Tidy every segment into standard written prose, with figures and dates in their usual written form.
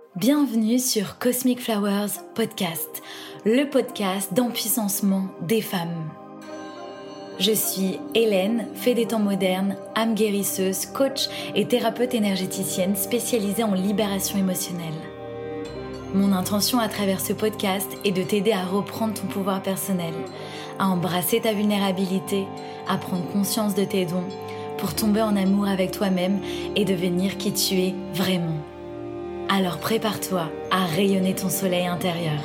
Bienvenue sur Cosmic Flowers Podcast, le podcast d'empuissancement des femmes. Je suis Hélène, fée des temps modernes, âme guérisseuse, coach et thérapeute énergéticienne spécialisée en libération émotionnelle. Mon intention à travers ce podcast est de t'aider à reprendre ton pouvoir personnel, à embrasser ta vulnérabilité, à prendre conscience de tes dons, pour tomber en amour avec toi-même et devenir qui tu es vraiment. Alors prépare-toi à rayonner ton soleil intérieur.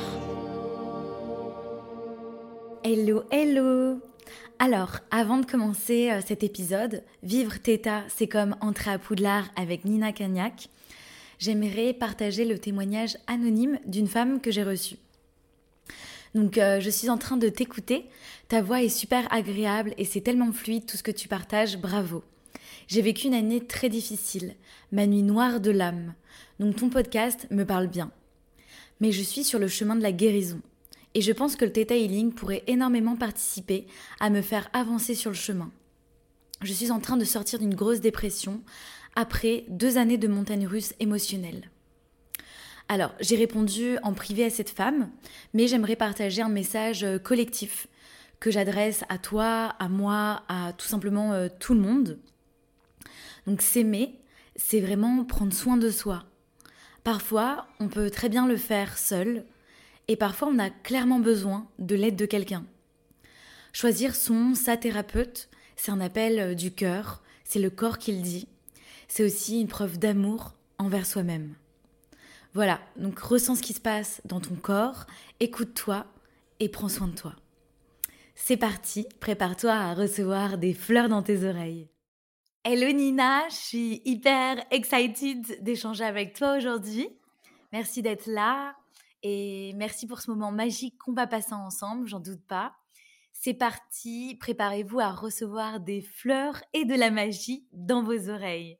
Hello, hello! Alors, avant de commencer cet épisode, vivre Theta, c'est comme entrer à Poudlard avec Nina Cagnac. J'aimerais partager le témoignage anonyme d'une femme que j'ai reçue. Donc, je suis en train de t'écouter. Ta voix est super agréable et c'est tellement fluide tout ce que tu partages. Bravo! J'ai vécu une année très difficile, ma nuit noire de l'âme. Donc ton podcast me parle bien. Mais je suis sur le chemin de la guérison. Et je pense que le Theta Healing pourrait énormément participer à me faire avancer sur le chemin. Je suis en train de sortir d'une grosse dépression après 2 années de montagne russe émotionnelle. Alors, j'ai répondu en privé à cette femme, mais j'aimerais partager un message collectif que j'adresse à toi, à moi, à tout simplement tout le monde. Donc s'aimer, c'est vraiment prendre soin de soi. Parfois, on peut très bien le faire seul, et parfois on a clairement besoin de l'aide de quelqu'un. Choisir sa thérapeute, c'est un appel du cœur, c'est le corps qui le dit. C'est aussi une preuve d'amour envers soi-même. Voilà, donc ressens ce qui se passe dans ton corps, écoute-toi et prends soin de toi. C'est parti, prépare-toi à recevoir des fleurs dans tes oreilles. Hello Nina, je suis hyper excited d'échanger avec toi aujourd'hui. Merci d'être là et merci pour ce moment magique qu'on va passer ensemble, j'en doute pas. C'est parti, préparez-vous à recevoir des fleurs et de la magie dans vos oreilles.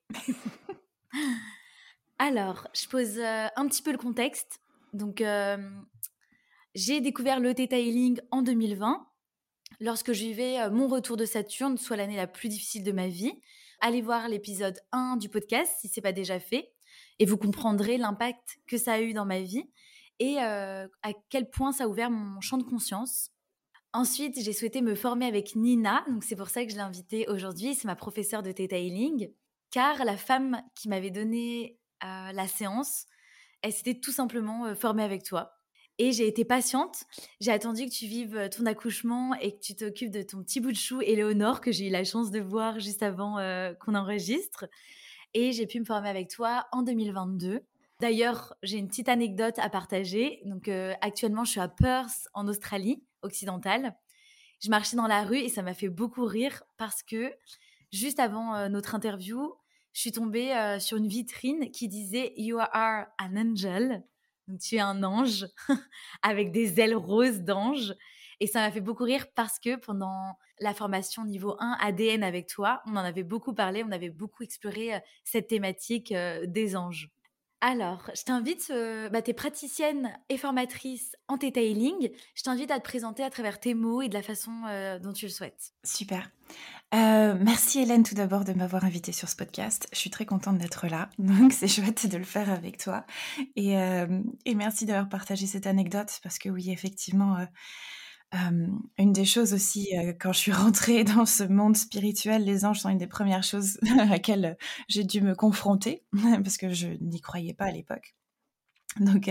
Alors, je pose un petit peu le contexte. Donc, j'ai découvert le Theta Healing en 2020, lorsque je vivais mon retour de Saturne, soit l'année la plus difficile de ma vie. Allez voir l'épisode 1 du podcast si ce n'est pas déjà fait et vous comprendrez l'impact que ça a eu dans ma vie et à quel point ça a ouvert mon champ de conscience. Ensuite, j'ai souhaité me former avec Nina, donc c'est pour ça que je l'ai invitée aujourd'hui, c'est ma professeure de Theta Healing, car la femme qui m'avait donné la séance, elle s'était tout simplement formée avec toi. Et j'ai été patiente, j'ai attendu que tu vives ton accouchement et que tu t'occupes de ton petit bout de chou, Éléonore, que j'ai eu la chance de voir juste avant qu'on enregistre. Et j'ai pu me former avec toi en 2022. D'ailleurs, j'ai une petite anecdote à partager. Donc, actuellement, je suis à Perth, en Australie occidentale. Je marchais dans la rue et ça m'a fait beaucoup rire parce que juste avant notre interview, je suis tombée sur une vitrine qui disait « You are an angel ». Donc, tu es un ange avec des ailes roses d'ange. Et ça m'a fait beaucoup rire parce que pendant la formation niveau 1 ADN avec toi, on en avait beaucoup parlé, on avait beaucoup exploré cette thématique des anges. Alors, je t'invite, t'es praticienne et formatrice en Theta Healing. Je t'invite à te présenter à travers tes mots et de la façon dont tu le souhaites. Super. Merci Hélène tout d'abord de m'avoir invitée sur ce podcast. Je suis très contente d'être là, donc c'est chouette de le faire avec toi. Et merci d'avoir partagé cette anecdote parce que oui, effectivement, une des choses aussi, quand je suis rentrée dans ce monde spirituel, les anges sont une des premières choses à laquelle j'ai dû me confronter parce que je n'y croyais pas à l'époque. Donc,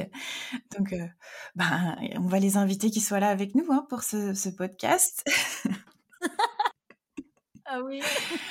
on va les inviter qu'ils soient là avec nous pour ce podcast. Ah oui.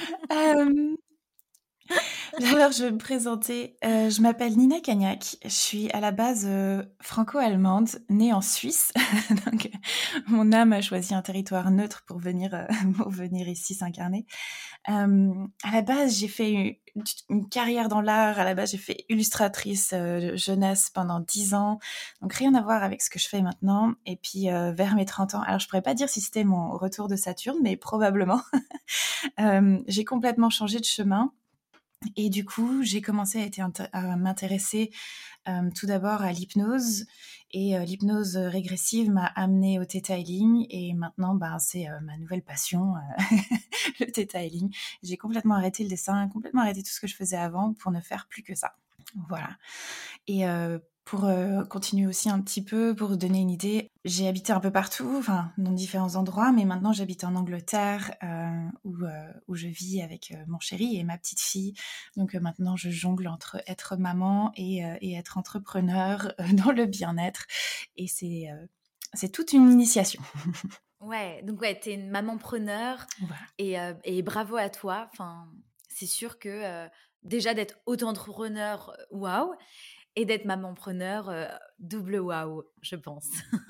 Alors, je vais me présenter. Je m'appelle Nina Cagnac. Je suis à la base franco-allemande, née en Suisse. Donc, mon âme a choisi un territoire neutre pour venir ici s'incarner. À la base, j'ai fait une carrière dans l'art. À la base, j'ai fait illustratrice jeunesse pendant 10 ans. Donc, rien à voir avec ce que je fais maintenant. Et puis, vers mes 30 ans, alors je pourrais pas dire si c'était mon retour de Saturne, mais probablement. J'ai complètement changé de chemin. Et du coup, j'ai commencé à m'intéresser tout d'abord à l'hypnose. Et l'hypnose régressive m'a amenée au Theta Healing. Et maintenant, c'est ma nouvelle passion, le Theta Healing. J'ai complètement arrêté le dessin, complètement arrêté tout ce que je faisais avant pour ne faire plus que ça. Voilà. Et Pour continuer aussi un petit peu, pour vous donner une idée, j'ai habité un peu partout, enfin dans différents endroits, mais maintenant j'habite en Angleterre où je vis avec mon chéri et ma petite fille. Donc maintenant je jongle entre être maman et être entrepreneur dans le bien-être. Et c'est toute une initiation. Ouais, donc ouais, t'es une maman preneur Voilà. et bravo à toi. Enfin, c'est sûr que déjà d'être auto-entrepreneur, waouh, et d'être maman preneur, double waouh, je pense.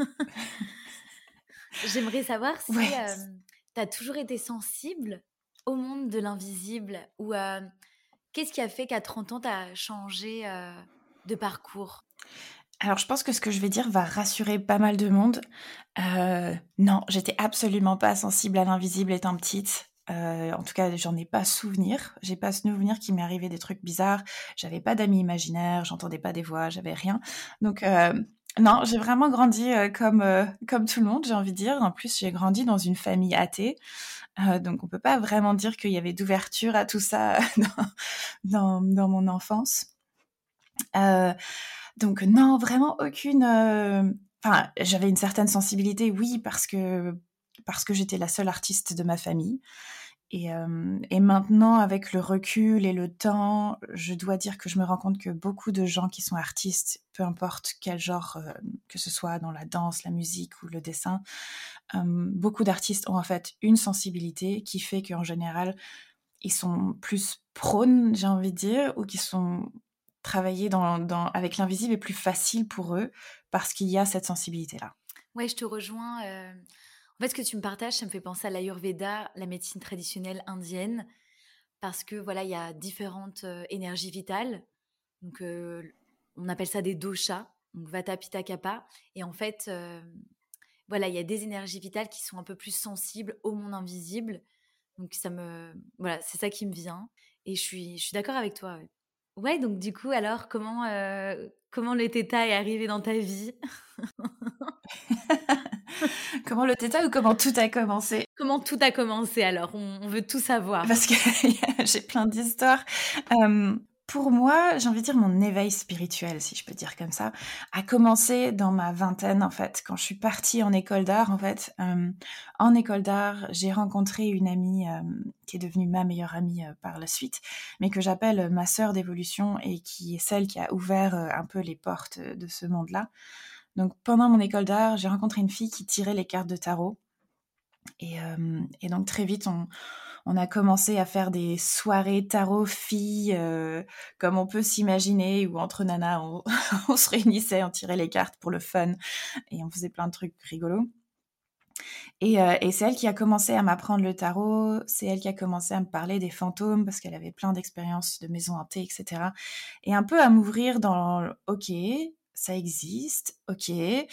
J'aimerais savoir si Ouais. tu as toujours été sensible au monde de l'invisible ou qu'est-ce qui a fait qu'à 30 ans, tu as changé de parcours? Alors je pense que ce que je vais dire va rassurer pas mal de monde. Non, j'étais absolument pas sensible à l'invisible étant petite. En tout cas, j'en ai pas souvenir. J'ai pas souvenir qu'il m'est arrivé des trucs bizarres. J'avais pas d'amis imaginaires, j'entendais pas des voix, j'avais rien. Donc non, j'ai vraiment grandi comme tout le monde, j'ai envie de dire. En plus, j'ai grandi dans une famille athée, donc on peut pas vraiment dire qu'il y avait d'ouverture à tout ça dans mon enfance. Euh, donc non, vraiment aucune. Enfin, j'avais une certaine sensibilité, oui, parce que j'étais la seule artiste de ma famille. Et maintenant, avec le recul et le temps, je dois dire que je me rends compte que beaucoup de gens qui sont artistes, peu importe quel genre, que ce soit dans la danse, la musique ou le dessin, beaucoup d'artistes ont en fait une sensibilité qui fait qu'en général, ils sont plus prônes, j'ai envie de dire, ou qui sont travailler avec l'invisible est plus facile pour eux parce qu'il y a cette sensibilité-là. Ouais, je te rejoins. En fait, ce que tu me partages, ça me fait penser à l'Ayurveda, la médecine traditionnelle indienne, parce que voilà, il y a différentes énergies vitales. Donc, on appelle ça des doshas, donc Vata, Pitta, Kapha. Et en fait, voilà, il y a des énergies vitales qui sont un peu plus sensibles au monde invisible. Donc, voilà, c'est ça qui me vient. Et je suis d'accord avec toi. Ouais. Ouais, donc du coup, alors, comment le Theta est arrivé dans ta vie? Comment le theta ou comment tout a commencé? Comment tout a commencé alors? On veut tout savoir. Parce que j'ai plein d'histoires. Pour moi, j'ai envie de dire mon éveil spirituel, si je peux dire comme ça, a commencé dans ma vingtaine, en fait, quand je suis partie en école d'art, en fait. En école d'art, j'ai rencontré une amie qui est devenue ma meilleure amie par la suite, mais que j'appelle ma sœur d'évolution et qui est celle qui a ouvert un peu les portes de ce monde-là. Donc, pendant mon école d'art, j'ai rencontré une fille qui tirait les cartes de tarot. Et donc très vite, on a commencé à faire des soirées tarot filles, comme on peut s'imaginer, où entre nanas, on se réunissait, on tirait les cartes pour le fun, et on faisait plein de trucs rigolos. Et c'est elle qui a commencé à m'apprendre le tarot, c'est elle qui a commencé à me parler des fantômes, parce qu'elle avait plein d'expériences de maisons hantées, etc. Et un peu à m'ouvrir dans ok, ça existe, ok.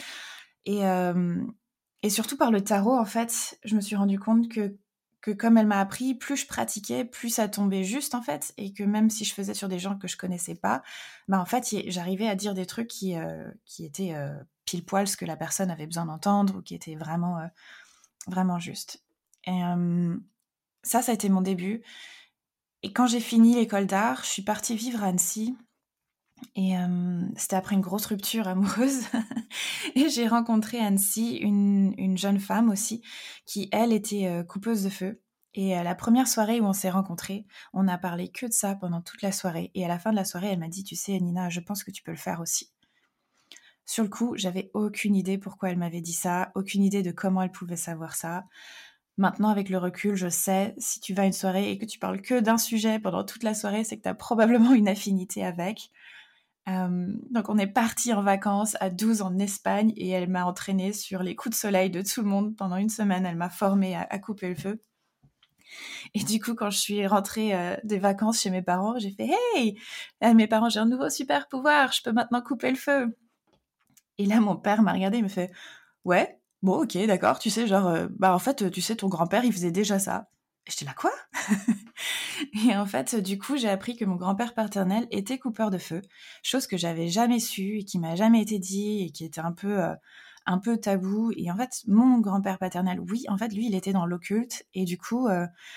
Et surtout par le tarot, en fait, je me suis rendu compte que comme elle m'a appris, plus je pratiquais, plus ça tombait juste, en fait. Et que même si je faisais sur des gens que je connaissais pas, bah, en fait, j'arrivais à dire des trucs qui étaient pile poil ce que la personne avait besoin d'entendre ou qui étaient vraiment, vraiment justes. Et ça a été mon début. Et quand j'ai fini l'école d'art, je suis partie vivre à Annecy. Et c'était après une grosse rupture amoureuse. Et j'ai rencontré à Annecy une jeune femme aussi, qui, elle, était coupeuse de feu. Et la première soirée où on s'est rencontrés, on a parlé que de ça pendant toute la soirée. Et à la fin de la soirée, elle m'a dit, tu sais, Nina, je pense que tu peux le faire aussi. Sur le coup, j'avais aucune idée pourquoi elle m'avait dit ça, aucune idée de comment elle pouvait savoir ça. Maintenant, avec le recul, je sais, si tu vas à une soirée et que tu parles que d'un sujet pendant toute la soirée, c'est que tu as probablement une affinité avec. Donc on est parti en vacances à 12 en Espagne et elle m'a entraînée sur les coups de soleil de tout le monde pendant une semaine. Elle m'a formée à couper le feu. Et du coup, quand je suis rentrée des vacances chez mes parents, j'ai fait « Hey !» Mes parents, j'ai un nouveau super pouvoir, je peux maintenant couper le feu. Et là, mon père m'a regardé et me fait « Ouais, bon, ok, d'accord, tu sais, genre, bah en fait, tu sais, ton grand-père, il faisait déjà ça. » Et j'étais là « Quoi ?» Et en fait, du coup, j'ai appris que mon grand-père paternel était coupeur de feu, chose que j'avais jamais su et qui m'a jamais été dit et qui était un peu tabou. Et en fait, mon grand-père paternel, oui, en fait, lui, il était dans l'occulte et du coup,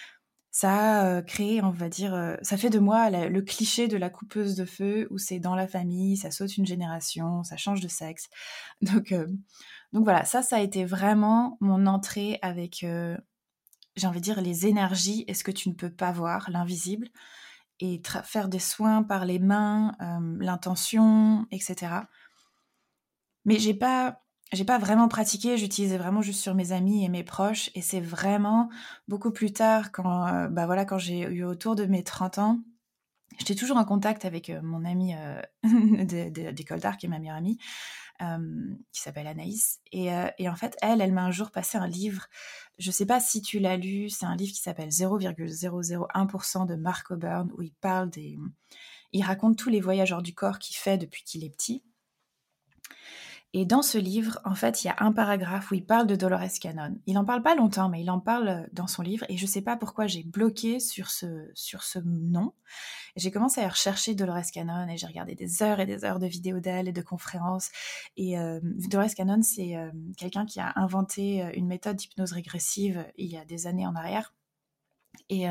ça a créé, on va dire, ça fait de moi le cliché de la coupeuse de feu où c'est dans la famille, ça saute une génération, ça change de sexe. Donc, euh, donc voilà, ça a été vraiment mon entrée avec, j'ai envie de dire, les énergies et ce que tu ne peux pas voir, l'invisible, et faire des soins par les mains, l'intention, etc. Mais j'ai pas vraiment pratiqué, j'utilisais vraiment juste sur mes amis et mes proches, et c'est vraiment beaucoup plus tard quand, bah voilà, quand j'ai eu autour de mes 30 ans, j'étais toujours en contact avec mon amie d'école d'art, qui est ma meilleure amie, qui s'appelle Anaïs. Et en fait, elle m'a un jour passé un livre, je sais pas si tu l'as lu, c'est un livre qui s'appelle 0,001% de Mark Oburn, où il raconte tous les voyageurs du corps qu'il fait depuis qu'il est petit. Et dans ce livre, en fait, il y a un paragraphe où il parle de Dolores Cannon. Il en parle pas longtemps, mais il en parle dans son livre, et je sais pas pourquoi j'ai bloqué sur ce nom. J'ai commencé à rechercher Dolores Cannon, et j'ai regardé des heures et des heures de vidéos d'elle et de conférences. Et Dolores Cannon, c'est quelqu'un qui a inventé une méthode d'hypnose régressive il y a des années en arrière. Et,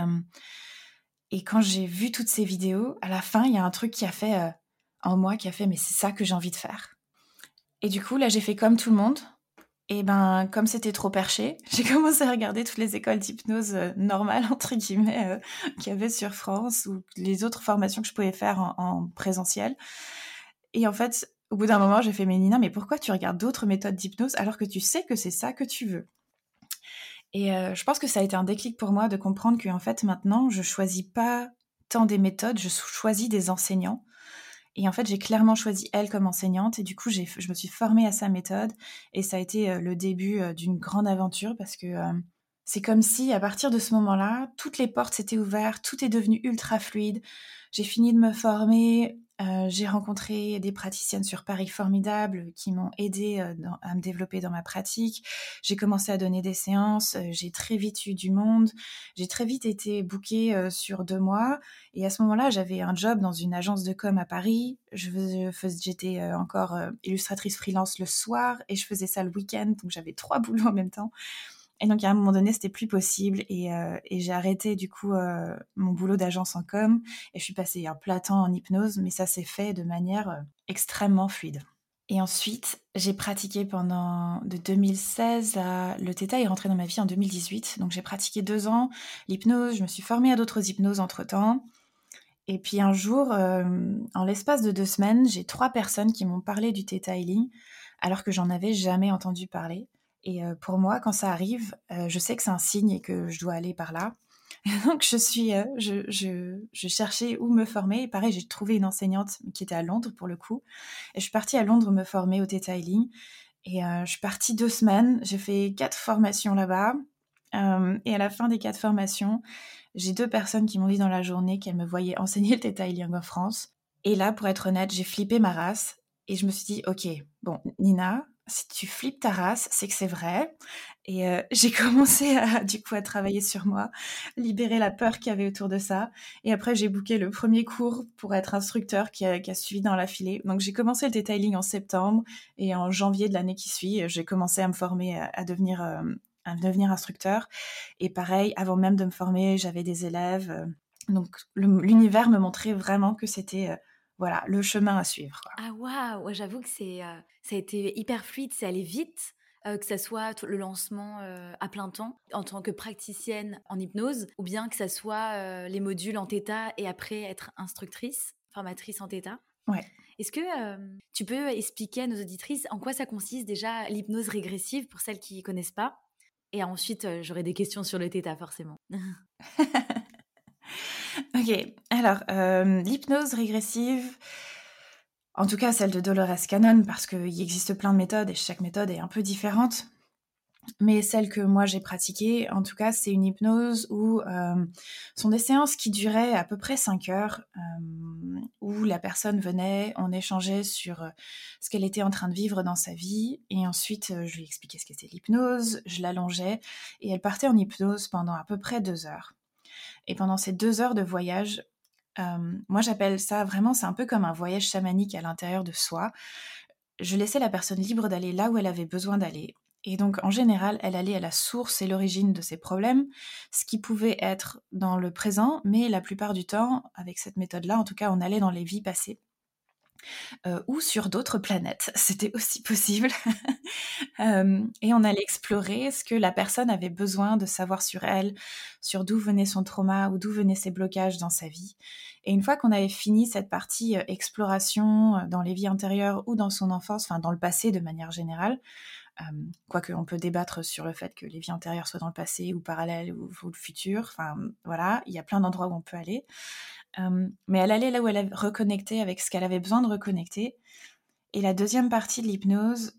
et quand j'ai vu toutes ces vidéos, à la fin, il y a un truc qui a fait en moi, qui a fait, mais c'est ça que j'ai envie de faire. Et du coup, là, j'ai fait comme tout le monde. Et ben, comme c'était trop perché, j'ai commencé à regarder toutes les écoles d'hypnose normales, entre guillemets, qu'il y avait sur France, ou les autres formations que je pouvais faire en présentiel. Et en fait, au bout d'un moment, j'ai fait, mais Nina, mais pourquoi tu regardes d'autres méthodes d'hypnose alors que tu sais que c'est ça que tu veux? Et je pense que ça a été un déclic pour moi de comprendre qu'en fait, maintenant, je choisis pas tant des méthodes, je choisis des enseignants. Et en fait, j'ai clairement choisi elle comme enseignante, et du coup, je me suis formée à sa méthode, et ça a été le début d'une grande aventure, parce que c'est comme si, à partir de ce moment-là, toutes les portes s'étaient ouvertes, tout est devenu ultra fluide. J'ai fini de me former, j'ai rencontré des praticiennes sur Paris formidables qui m'ont aidée à me développer dans ma pratique. J'ai commencé à donner des séances, j'ai très vite eu du monde, j'ai très vite été bookée sur 2 mois. Et à ce moment-là, j'avais un job dans une agence de com à Paris. J'étais encore illustratrice freelance le soir, et je faisais ça le week-end, donc j'avais 3 boulots en même temps. Et donc à un moment donné, c'était plus possible, et j'ai arrêté du coup mon boulot d'agence en com, et je suis passée à plein temps en hypnose, mais ça s'est fait de manière extrêmement fluide. Et ensuite, j'ai pratiqué pendant de 2016 à... Le Theta est rentré dans ma vie en 2018, donc j'ai pratiqué 2 ans l'hypnose, je me suis formée à d'autres hypnoses entre-temps. Et puis un jour, en l'espace de 2 semaines, j'ai 3 personnes qui m'ont parlé du Theta Healing, alors que j'en avais jamais entendu parler. Et pour moi, quand ça arrive, je sais que c'est un signe et que je dois aller par là. Donc je cherchais où me former. Et pareil, j'ai trouvé une enseignante qui était à Londres pour le coup. Et je suis partie à Londres me former au Theta Healing. Et je suis partie 2 semaines. J'ai fait 4 formations là-bas. Et à la fin des 4 formations, j'ai 2 personnes qui m'ont dit dans la journée qu'elles me voyaient enseigner le Theta Healing en France. Et là, pour être honnête, j'ai flippé ma race. Et je me suis dit, ok, bon, Nina, si tu flippes ta race, c'est que c'est vrai. Et j'ai commencé du coup à travailler sur moi, libérer la peur qu'il y avait autour de ça. Et après, j'ai booké le premier cours pour être instructeur qui a suivi dans la filée. Donc j'ai commencé le detailing en septembre, et en janvier de l'année qui suit, j'ai commencé à me former à devenir instructeur. Et pareil, avant même de me former, j'avais des élèves. Donc l'univers me montrait vraiment que c'était voilà, le chemin à suivre, quoi. Ah waouh, ouais, j'avoue que ça a été hyper fluide, c'est allé vite, que ça soit le lancement à plein temps en tant que praticienne en hypnose, ou bien que ça soit les modules en Theta et après être instructrice, formatrice en Theta. Ouais. Est-ce que tu peux expliquer à nos auditrices en quoi ça consiste déjà l'hypnose régressive pour celles qui ne connaissent pas? Et ensuite, j'aurai des questions sur le Theta forcément. Ok, alors l'hypnose régressive, en tout cas celle de Dolores Cannon, parce qu'il existe plein de méthodes et chaque méthode est un peu différente. Mais celle que moi j'ai pratiquée, en tout cas, c'est une hypnose où sont des séances qui duraient à peu près 5 heures, où la personne venait, on échangeait sur ce qu'elle était en train de vivre dans sa vie, et ensuite je lui expliquais ce qu'était l'hypnose, je l'allongeais, et elle partait en hypnose pendant à peu près 2 heures. Et pendant ces 2 heures de voyage, moi j'appelle ça vraiment, c'est un peu comme un voyage chamanique à l'intérieur de soi. Je laissais la personne libre d'aller là où elle avait besoin d'aller. Et donc, en général, elle allait à la source et l'origine de ses problèmes, ce qui pouvait être dans le présent, mais la plupart du temps, avec cette méthode-là, en tout cas, on allait dans les vies passées ou sur d'autres planètes. C'était aussi possible. Et on allait explorer ce que la personne avait besoin de savoir sur elle, sur d'où venait son trauma ou d'où venaient ses blocages dans sa vie. Et une fois qu'on avait fini cette partie exploration dans les vies antérieures ou dans son enfance, enfin dans le passé de manière générale, quoique on peut débattre sur le fait que les vies antérieures soient dans le passé ou parallèles ou le futur, enfin voilà, il y a plein d'endroits où on peut aller. Mais elle allait là où elle avait reconnecté avec ce qu'elle avait besoin de reconnecter. Et la deuxième partie de l'hypnose,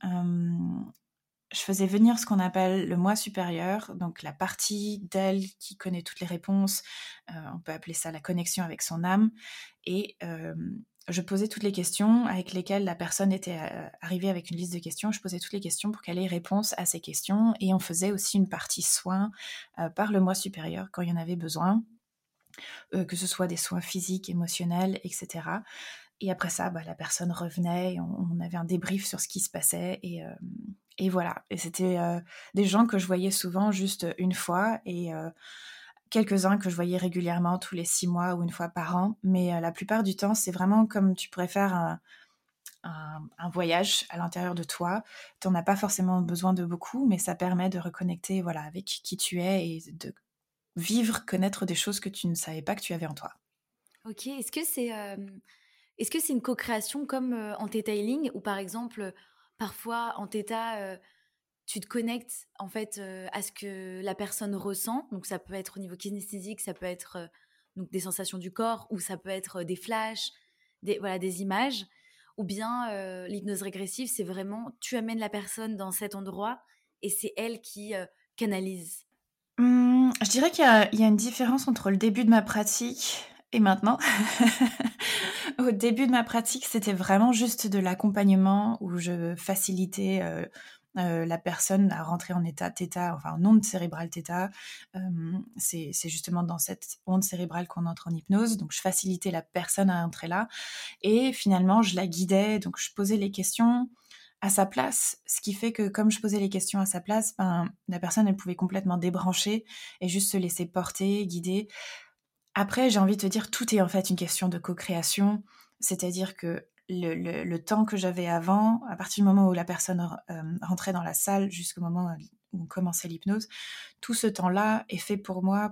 je faisais venir ce qu'on appelle le moi supérieur, donc la partie d'elle qui connaît toutes les réponses. On peut appeler ça la connexion avec son âme. Et je posais toutes les questions avec lesquelles la personne était arrivée avec une liste de questions. Je posais toutes les questions pour qu'elle ait réponse à ces questions. Et on faisait aussi une partie soins par le moi supérieur quand il y en avait besoin, que ce soit des soins physiques, émotionnels, etc. Et après ça, la personne revenait, on avait un débrief sur ce qui se passait et voilà. Et c'était des gens que je voyais souvent juste une fois et quelques-uns que je voyais régulièrement tous les 6 mois ou une fois par an. Mais la plupart du temps, c'est vraiment comme tu pourrais faire un voyage à l'intérieur de toi. Tu n'en as pas forcément besoin de beaucoup, mais ça permet de reconnecter avec qui tu es et de vivre, connaître des choses que tu ne savais pas que tu avais en toi. Ok, est-ce que c'est une co-création comme en Theta Healing, ou par exemple, parfois en Theta, tu te connectes en fait à ce que la personne ressent, donc ça peut être au niveau kinesthésique, ça peut être donc des sensations du corps, ou ça peut être des flashs, des images, ou bien l'hypnose régressive, c'est vraiment tu amènes la personne dans cet endroit et c'est elle qui canalise. Je dirais qu'il y a une différence entre le début de ma pratique et maintenant. Au début de ma pratique, c'était vraiment juste de l'accompagnement où je facilitais, la personne à rentrer en état thêta, enfin en onde cérébrale thêta. C'est justement dans cette onde cérébrale qu'on entre en hypnose, donc je facilitais la personne à entrer là et finalement je la guidais, donc je posais les questions à sa place, ce qui fait que comme je posais les questions à sa place, la personne, elle pouvait complètement débrancher et juste se laisser porter, guider. Après, j'ai envie de te dire, tout est en fait une question de co-création, c'est-à-dire que le temps que j'avais avant, à partir du moment où la personne rentrait dans la salle jusqu'au moment où on commençait l'hypnose, tout ce temps-là est fait pour moi,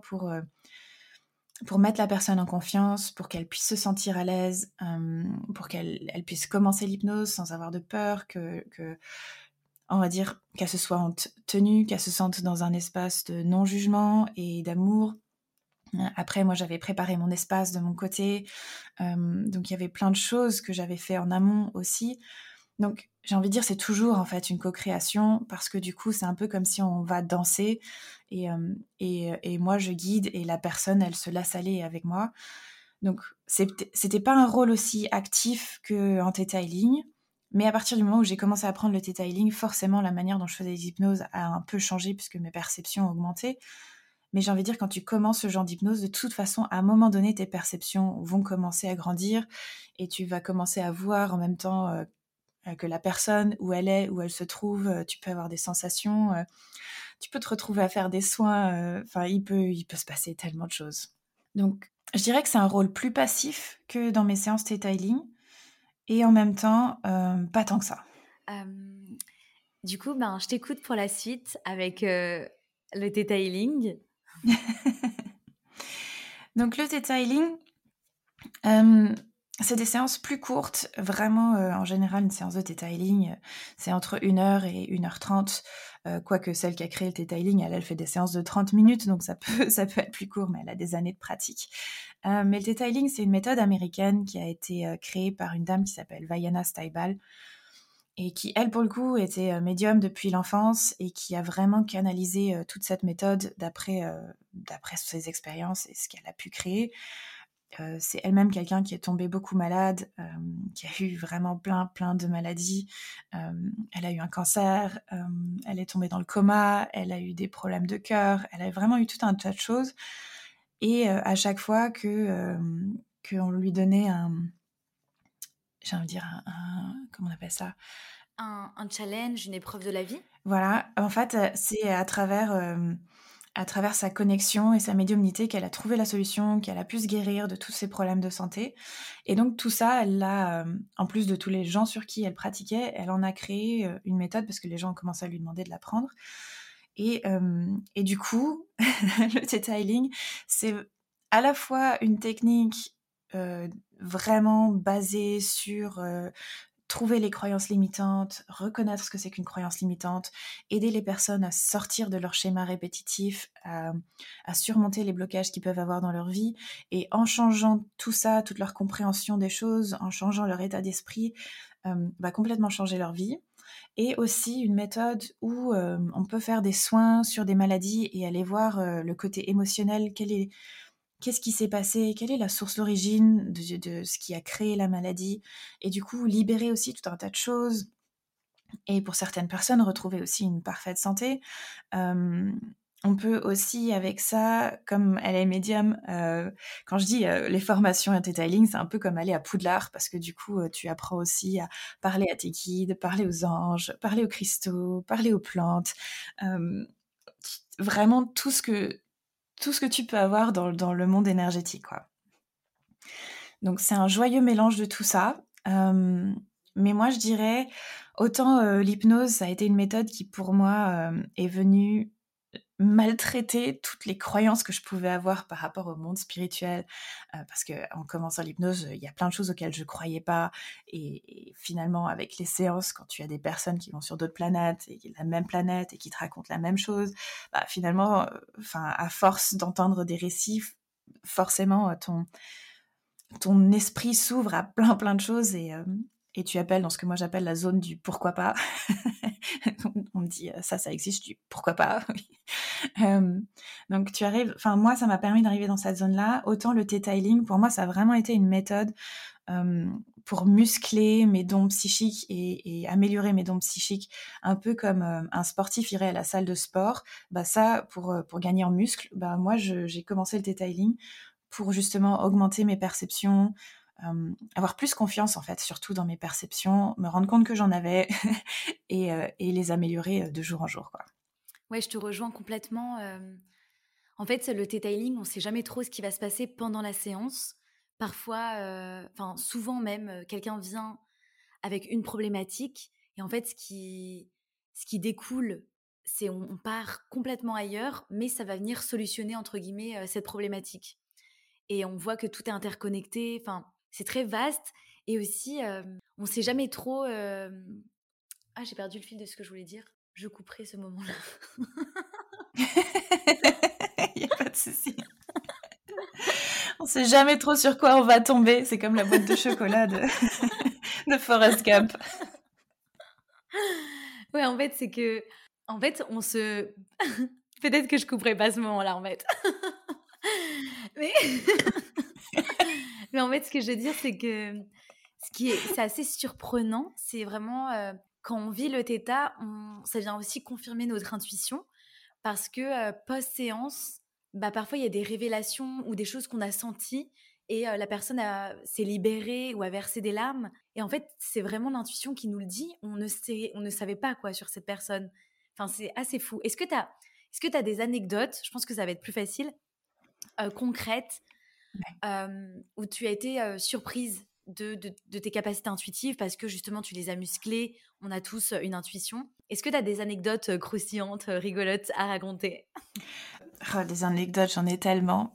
pour mettre la personne en confiance, pour qu'elle puisse se sentir à l'aise, pour qu'elle puisse commencer l'hypnose sans avoir de peur, que on va dire qu'elle se soit en tenue, qu'elle se sente dans un espace de non-jugement et d'amour. Après, moi, j'avais préparé mon espace de mon côté, donc il y avait plein de choses que j'avais fait en amont aussi. Donc, j'ai envie de dire, c'est toujours en fait une co-création parce que du coup, c'est un peu comme si on va danser et moi, je guide et la personne, elle se laisse aller avec moi. Donc, c'était pas un rôle aussi actif qu'en Theta Healing, mais à partir du moment où j'ai commencé à apprendre le Theta Healing, forcément, la manière dont je faisais les hypnoses a un peu changé puisque mes perceptions ont augmenté. Mais j'ai envie de dire, quand tu commences ce genre d'hypnose, de toute façon, à un moment donné, tes perceptions vont commencer à grandir et tu vas commencer à voir en même temps que la personne, où elle est, où elle se trouve. Tu peux avoir des sensations, tu peux te retrouver à faire des soins. Enfin, il peut se passer tellement de choses. Donc, je dirais que c'est un rôle plus passif que dans mes séances Theta Healing et en même temps, pas tant que ça. Euh, du coup, je t'écoute pour la suite avec le Theta Healing. Donc, le Theta Healing, c'est des séances plus courtes. Vraiment, en général, une séance de Theta Healing, c'est entre 1 heure et 1 h 30. Quoique celle qui a créé le Theta Healing, elle fait des séances de 30 minutes, donc ça peut être plus court, mais elle a des années de pratique. Mais le Theta Healing, c'est une méthode américaine qui a été créée par une dame qui s'appelle Vaiana Steibal et qui, elle, pour le coup, était médium depuis l'enfance et qui a vraiment canalisé toute cette méthode d'après ses expériences et ce qu'elle a pu créer. C'est elle-même quelqu'un qui est tombé beaucoup malade, qui a eu vraiment plein de maladies. Elle a eu un cancer, elle est tombée dans le coma, elle a eu des problèmes de cœur, elle a vraiment eu tout un tas de choses. Et à chaque fois qu'on lui donnait comment on appelle ça, un challenge, une épreuve de la vie? Voilà, en fait, c'est à travers sa connexion et sa médiumnité qu'elle a trouvé la solution, qu'elle a pu se guérir de tous ses problèmes de santé et donc tout ça, elle l'a, en plus de tous les gens sur qui elle pratiquait, elle en a créé, une méthode parce que les gens ont commencé à lui demander de l'apprendre et du coup, le theta healing, c'est à la fois une technique, vraiment basée sur, trouver les croyances limitantes, reconnaître ce que c'est qu'une croyance limitante, aider les personnes à sortir de leur schéma répétitif, à surmonter les blocages qu'ils peuvent avoir dans leur vie. Et en changeant tout ça, toute leur compréhension des choses, en changeant leur état d'esprit, va complètement changer leur vie. Et aussi une méthode où on peut faire des soins sur des maladies et aller voir le côté émotionnel, qu'est-ce qui s'est passé, quelle est la source d'origine de ce qui a créé la maladie, et du coup libérer aussi tout un tas de choses, et pour certaines personnes retrouver aussi une parfaite santé. On peut aussi avec ça, comme elle est médium, quand je dis les formations et Theta Healing, c'est un peu comme aller à Poudlard, parce que du coup tu apprends aussi à parler à tes guides, parler aux anges, parler aux cristaux, parler aux plantes, vraiment tout ce que tu peux avoir dans le monde énergétique, quoi. Donc c'est un joyeux mélange de tout ça. Mais moi, je dirais, autant l'hypnose, ça a été une méthode qui, pour moi, est venue maltraiter toutes les croyances que je pouvais avoir par rapport au monde spirituel. Parce qu'en commençant l'hypnose, il y a plein de choses auxquelles je croyais pas. Et finalement, avec les séances, quand tu as des personnes qui vont sur d'autres planètes, et la même planète, et qui te racontent la même chose, bah, finalement, à force d'entendre des récits, forcément, ton esprit s'ouvre à plein de choses et tu appelles dans ce que moi j'appelle la zone du pourquoi pas. On me dit ça existe, je dis pourquoi pas. Donc tu arrives, enfin moi ça m'a permis d'arriver dans cette zone-là. Autant le theta healing, pour moi ça a vraiment été une méthode pour muscler mes dons psychiques et améliorer mes dons psychiques, un peu comme un sportif irait à la salle de sport. Bah ça, pour gagner en muscle, bah moi j'ai commencé le theta healing pour justement augmenter mes perceptions, avoir plus confiance en fait, surtout dans mes perceptions, me rendre compte que j'en avais et les améliorer de jour en jour, quoi. Ouais, je te rejoins complètement. En fait, le theta healing, on ne sait jamais trop ce qui va se passer pendant la séance. Parfois, enfin souvent même, quelqu'un vient avec une problématique et en fait, ce qui découle, c'est on part complètement ailleurs, mais ça va venir «solutionner» entre guillemets, cette problématique. Et on voit que tout est interconnecté, enfin, c'est très vaste et aussi, on sait jamais trop, ah, j'ai perdu le fil de ce que je voulais dire. Je couperai ce moment-là. Il y a pas de souci. On sait jamais trop sur quoi on va tomber, c'est comme la boîte de chocolat de de Forrest Gump. Ouais, en fait, c'est que en fait, on se peut-être que je couperai pas ce moment-là, en fait. Mais mais en fait, ce que je veux dire, c'est que c'est assez surprenant, c'est vraiment, quand on vit le theta, ça vient aussi confirmer notre intuition parce que, post-séance, bah, parfois il y a des révélations ou des choses qu'on a senties et la personne s'est libérée ou a versé des larmes et en fait, c'est vraiment l'intuition qui nous le dit. On ne savait pas quoi sur cette personne. Enfin, c'est assez fou. Est-ce que tu as des anecdotes, je pense que ça va être plus facile, concrètes, où tu as été surprise de tes capacités intuitives parce que justement tu les as musclées, on a tous une intuition. Est-ce que tu as des anecdotes croustillantes, rigolotes à raconter? Oh, des anecdotes, j'en ai tellement.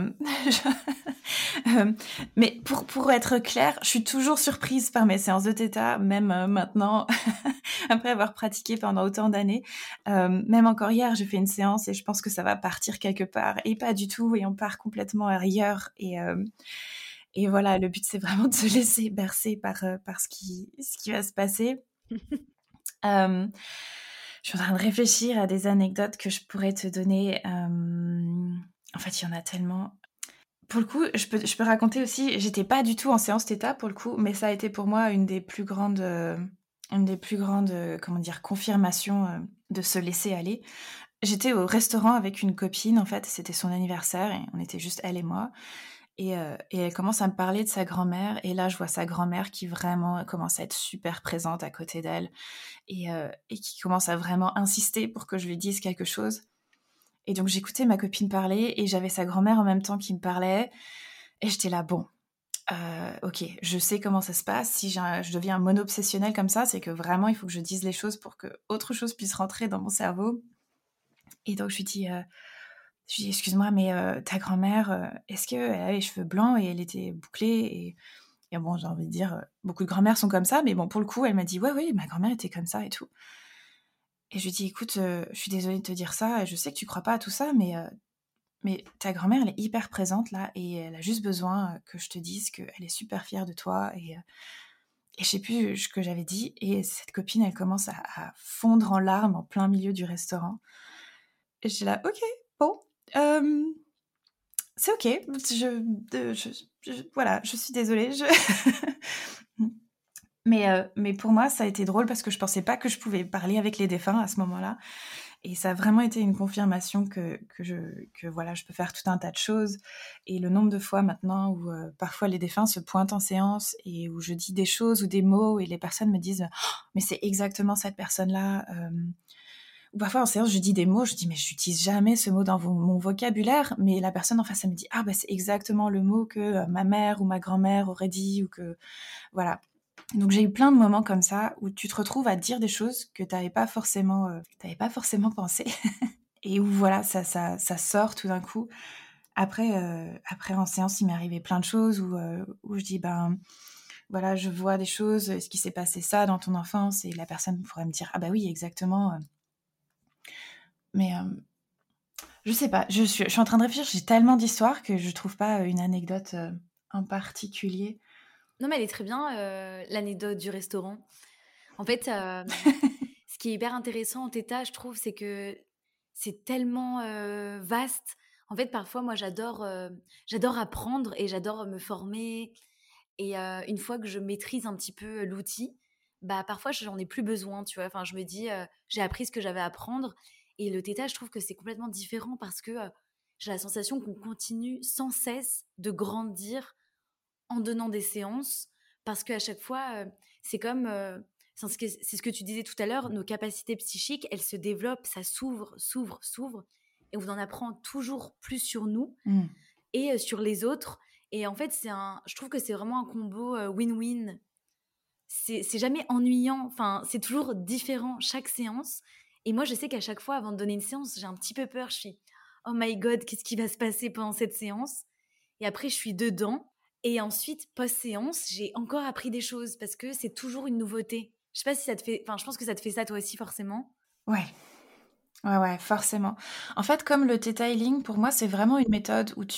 Mais pour être claire, je suis toujours surprise par mes séances de theta, même maintenant, après avoir pratiqué pendant autant d'années. Même encore hier, j'ai fait une séance et je pense que ça va partir quelque part. Et pas du tout, et on part complètement ailleurs. Et voilà, le but, c'est vraiment de se laisser bercer par ce qui va se passer. Euh, je suis en train de réfléchir à des anecdotes que je pourrais te donner. En fait, il y en a tellement. Pour le coup, je peux raconter aussi, j'étais pas du tout en séance theta pour le coup, mais ça a été pour moi une des plus grandes, comment dire, confirmations de se laisser aller. J'étais au restaurant avec une copine, en fait, c'était son anniversaire et on était juste elle et moi. Et elle commence à me parler de sa grand-mère. Et là, je vois sa grand-mère qui vraiment commence à être super présente à côté d'elle et qui commence à vraiment insister pour que je lui dise quelque chose. Et donc, j'écoutais ma copine parler et j'avais sa grand-mère en même temps qui me parlait. Et j'étais là, bon, ok, je sais comment ça se passe. Si je deviens mono-obsessionnelle comme ça, c'est que vraiment, il faut que je dise les choses pour que autre chose puisse rentrer dans mon cerveau. Et donc, je lui dis, excuse-moi, mais ta grand-mère, est-ce qu'elle avait les cheveux blancs et elle était bouclée et bon, j'ai envie de dire, beaucoup de grand-mères sont comme ça, mais bon, pour le coup, elle m'a dit, ouais, oui, ma grand-mère était comme ça et tout. Et je lui dis, écoute, je suis désolée de te dire ça, je sais que tu crois pas à tout ça, mais ta grand-mère, elle est hyper présente là, et elle a juste besoin que je te dise qu'elle est super fière de toi. Et je sais plus ce que j'avais dit, et cette copine, elle commence à fondre en larmes en plein milieu du restaurant. Et j'étais là, ok, bon, c'est ok, voilà, je suis désolée. Mais pour moi, ça a été drôle parce que je pensais pas que je pouvais parler avec les défunts à ce moment-là. Et ça a vraiment été une confirmation que voilà, je peux faire tout un tas de choses. Et le nombre de fois maintenant où parfois les défunts se pointent en séance et où je dis des choses ou des mots et les personnes me disent oh, mais c'est exactement cette personne-là. Ou parfois en séance, je dis des mots, je dis mais j'utilise jamais ce mot dans mon vocabulaire. Mais la personne en face, elle me dit ah bah c'est exactement le mot que ma mère ou ma grand-mère aurait dit ou que voilà. Donc j'ai eu plein de moments comme ça où tu te retrouves à dire des choses que t'avais pas forcément pensé et où voilà ça sort tout d'un coup. Après en séance il m'est arrivé plein de choses où je dis ben voilà je vois des choses, est-ce qu'il s'est passé ça dans ton enfance, et la personne pourrait me dire ah bah oui exactement. Mais je sais pas, je suis en train de réfléchir, j'ai tellement d'histoires que je trouve pas une anecdote en particulier. Non, mais elle est très bien, l'anecdote du restaurant. En fait, ce qui est hyper intéressant en Theta, je trouve, c'est que c'est tellement vaste. En fait, parfois, moi, j'adore apprendre et j'adore me former. Et une fois que je maîtrise un petit peu l'outil, bah parfois, j'en ai plus besoin, tu vois. Enfin, je me dis, j'ai appris ce que j'avais à apprendre. Et le Theta, je trouve que c'est complètement différent parce que j'ai la sensation qu'on continue sans cesse de grandir en donnant des séances, parce qu'à chaque fois, c'est comme, c'est ce que tu disais tout à l'heure, nos capacités psychiques, elles se développent, ça s'ouvre, et on en apprend toujours plus sur nous et sur les autres. Et en fait, je trouve que c'est vraiment un combo win-win. C'est jamais ennuyant, enfin, c'est toujours différent chaque séance. Et moi, je sais qu'à chaque fois, avant de donner une séance, j'ai un petit peu peur. Je suis, oh my God, qu'est-ce qui va se passer pendant cette séance? Et après, je suis dedans. Et ensuite, post-séance, j'ai encore appris des choses parce que c'est toujours une nouveauté. Je sais pas si ça te fait... Enfin, je pense que ça te fait ça toi aussi, forcément. Ouais, forcément. En fait, comme le Theta Healing, pour moi, c'est vraiment une méthode où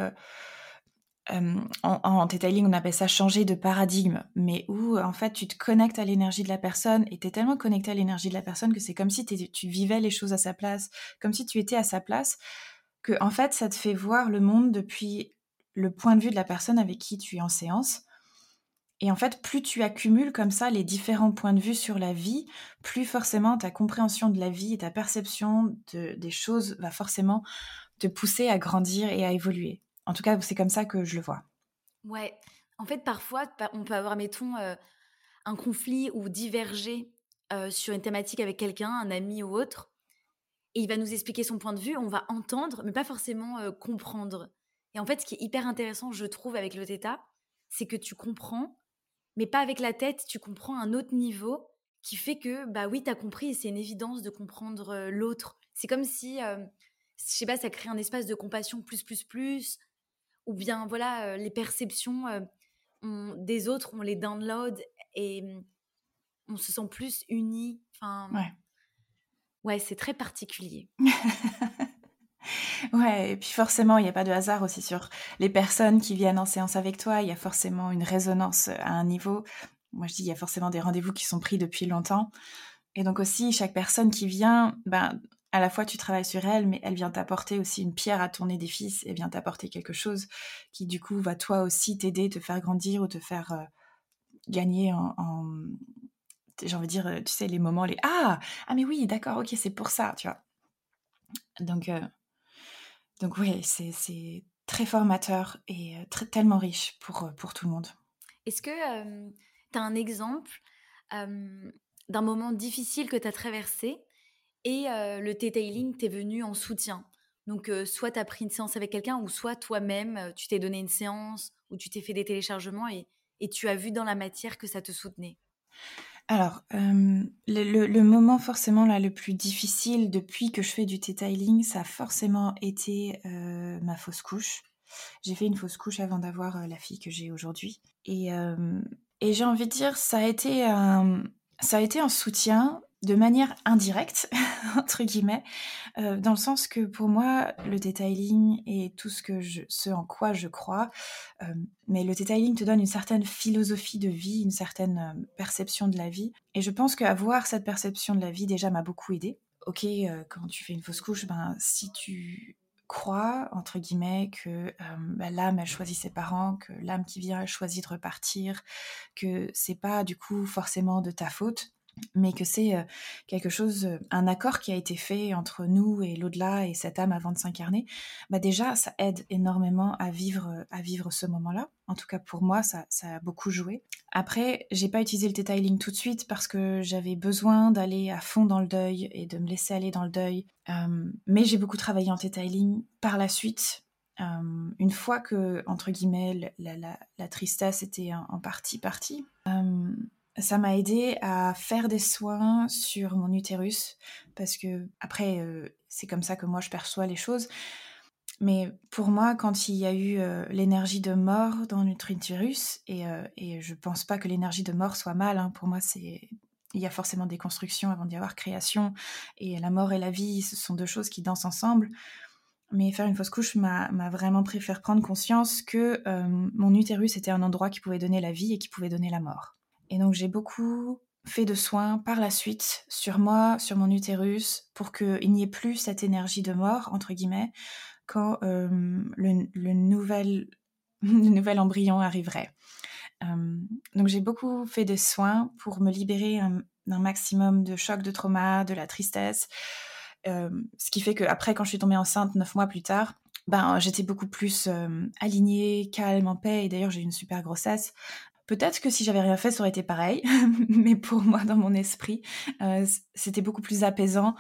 en Theta Healing, on appelle ça changer de paradigme, mais où, en fait, tu te connectes à l'énergie de la personne et tu es tellement connecté à l'énergie de la personne que c'est comme si tu vivais les choses à sa place, comme si tu étais à sa place, que, en fait, ça te fait voir le monde depuis le point de vue de la personne avec qui tu es en séance. Et en fait, plus tu accumules comme ça les différents points de vue sur la vie, plus forcément ta compréhension de la vie et ta perception des choses va forcément te pousser à grandir et à évoluer. En tout cas, c'est comme ça que je le vois. Ouais. En fait, parfois, on peut avoir, mettons, un conflit ou diverger sur une thématique avec quelqu'un, un ami ou autre, et il va nous expliquer son point de vue, on va entendre, mais pas forcément comprendre. Et en fait, ce qui est hyper intéressant, je trouve, avec le Theta, c'est que tu comprends, mais pas avec la tête, tu comprends un autre niveau qui fait que, bah oui, t'as compris et c'est une évidence de comprendre l'autre. C'est comme si, je sais pas, ça crée un espace de compassion plus, ou bien, voilà, les perceptions des autres, on les download et on se sent plus unis. Enfin, Ouais. ouais, c'est très particulier. Ouais, et puis forcément, il n'y a pas de hasard aussi sur les personnes qui viennent en séance avec toi. Il y a forcément une résonance à un niveau. Moi, je dis, il y a forcément des rendez-vous qui sont pris depuis longtemps. Et donc aussi, chaque personne qui vient, ben, à la fois tu travailles sur elle, mais elle vient t'apporter aussi une pierre à ton édifice, et vient t'apporter quelque chose qui du coup va toi aussi t'aider, te faire grandir ou te faire gagner j'ai envie de dire, tu sais, les moments, ah mais oui, d'accord, ok, c'est pour ça, tu vois. Donc oui, c'est très formateur et tellement riche pour tout le monde. Est-ce que tu as un exemple euh, d'un moment difficile que tu as traversé et le T-tailing t'est venu en soutien? Donc, soit tu as pris une séance avec quelqu'un, ou soit toi-même, tu t'es donné une séance, ou tu t'es fait des téléchargements et tu as vu dans la matière que ça te soutenait. Alors, le moment forcément là le plus difficile depuis que je fais du detailing, ça a forcément été, ma fausse couche. J'ai fait une fausse couche avant d'avoir, la fille que j'ai aujourd'hui et j'ai envie de dire ça a été un soutien de manière «indirecte» entre guillemets, dans le sens que pour moi, le detailing et tout ce en quoi je crois, mais le detailing te donne une certaine philosophie de vie, une certaine, perception de la vie et je pense qu'avoir cette perception de la vie déjà m'a beaucoup aidée. OK, quand tu fais une fausse couche, ben, si tu crois entre guillemets que, bah, l'âme elle choisit ses parents, que l'âme qui vient elle choisit de repartir, que c'est pas du coup forcément de ta faute, mais que c'est, quelque chose, un accord qui a été fait entre nous et l'au-delà et cette âme avant de s'incarner, bah, déjà ça aide énormément à vivre ce moment-là. En tout cas pour moi ça a beaucoup joué. Après, j'ai pas utilisé le detailing tout de suite parce que j'avais besoin d'aller à fond dans le deuil et de me laisser aller dans le deuil, mais j'ai beaucoup travaillé en detailing par la suite, une fois que entre guillemets la tristesse était en partie partie, ça m'a aidé à faire des soins sur mon utérus parce que après c'est comme ça que moi je perçois les choses. Mais pour moi, quand il y a eu l'énergie de mort dans notre utérus, et je pense pas que l'énergie de mort soit mal, hein, pour moi il y a forcément des constructions avant d'y avoir création, et la mort et la vie, ce sont deux choses qui dansent ensemble. Mais faire une fausse couche m'a vraiment fait prendre conscience que mon utérus était un endroit qui pouvait donner la vie et qui pouvait donner la mort. Et donc j'ai beaucoup fait de soins par la suite sur moi, sur mon utérus, pour qu'il n'y ait plus cette énergie de mort, entre guillemets, quand le nouvel, le nouvel embryon arriverait. Donc j'ai beaucoup fait de soins pour me libérer d'un maximum de chocs, de trauma, de la tristesse. Ce qui fait qu'après, quand je suis tombée enceinte 9 mois plus tard, ben, j'étais beaucoup plus alignée, calme, en paix. Et d'ailleurs, j'ai eu une super grossesse. Peut-être que si j'avais rien fait, ça aurait été pareil. Mais pour moi, dans mon esprit, c'était beaucoup plus apaisant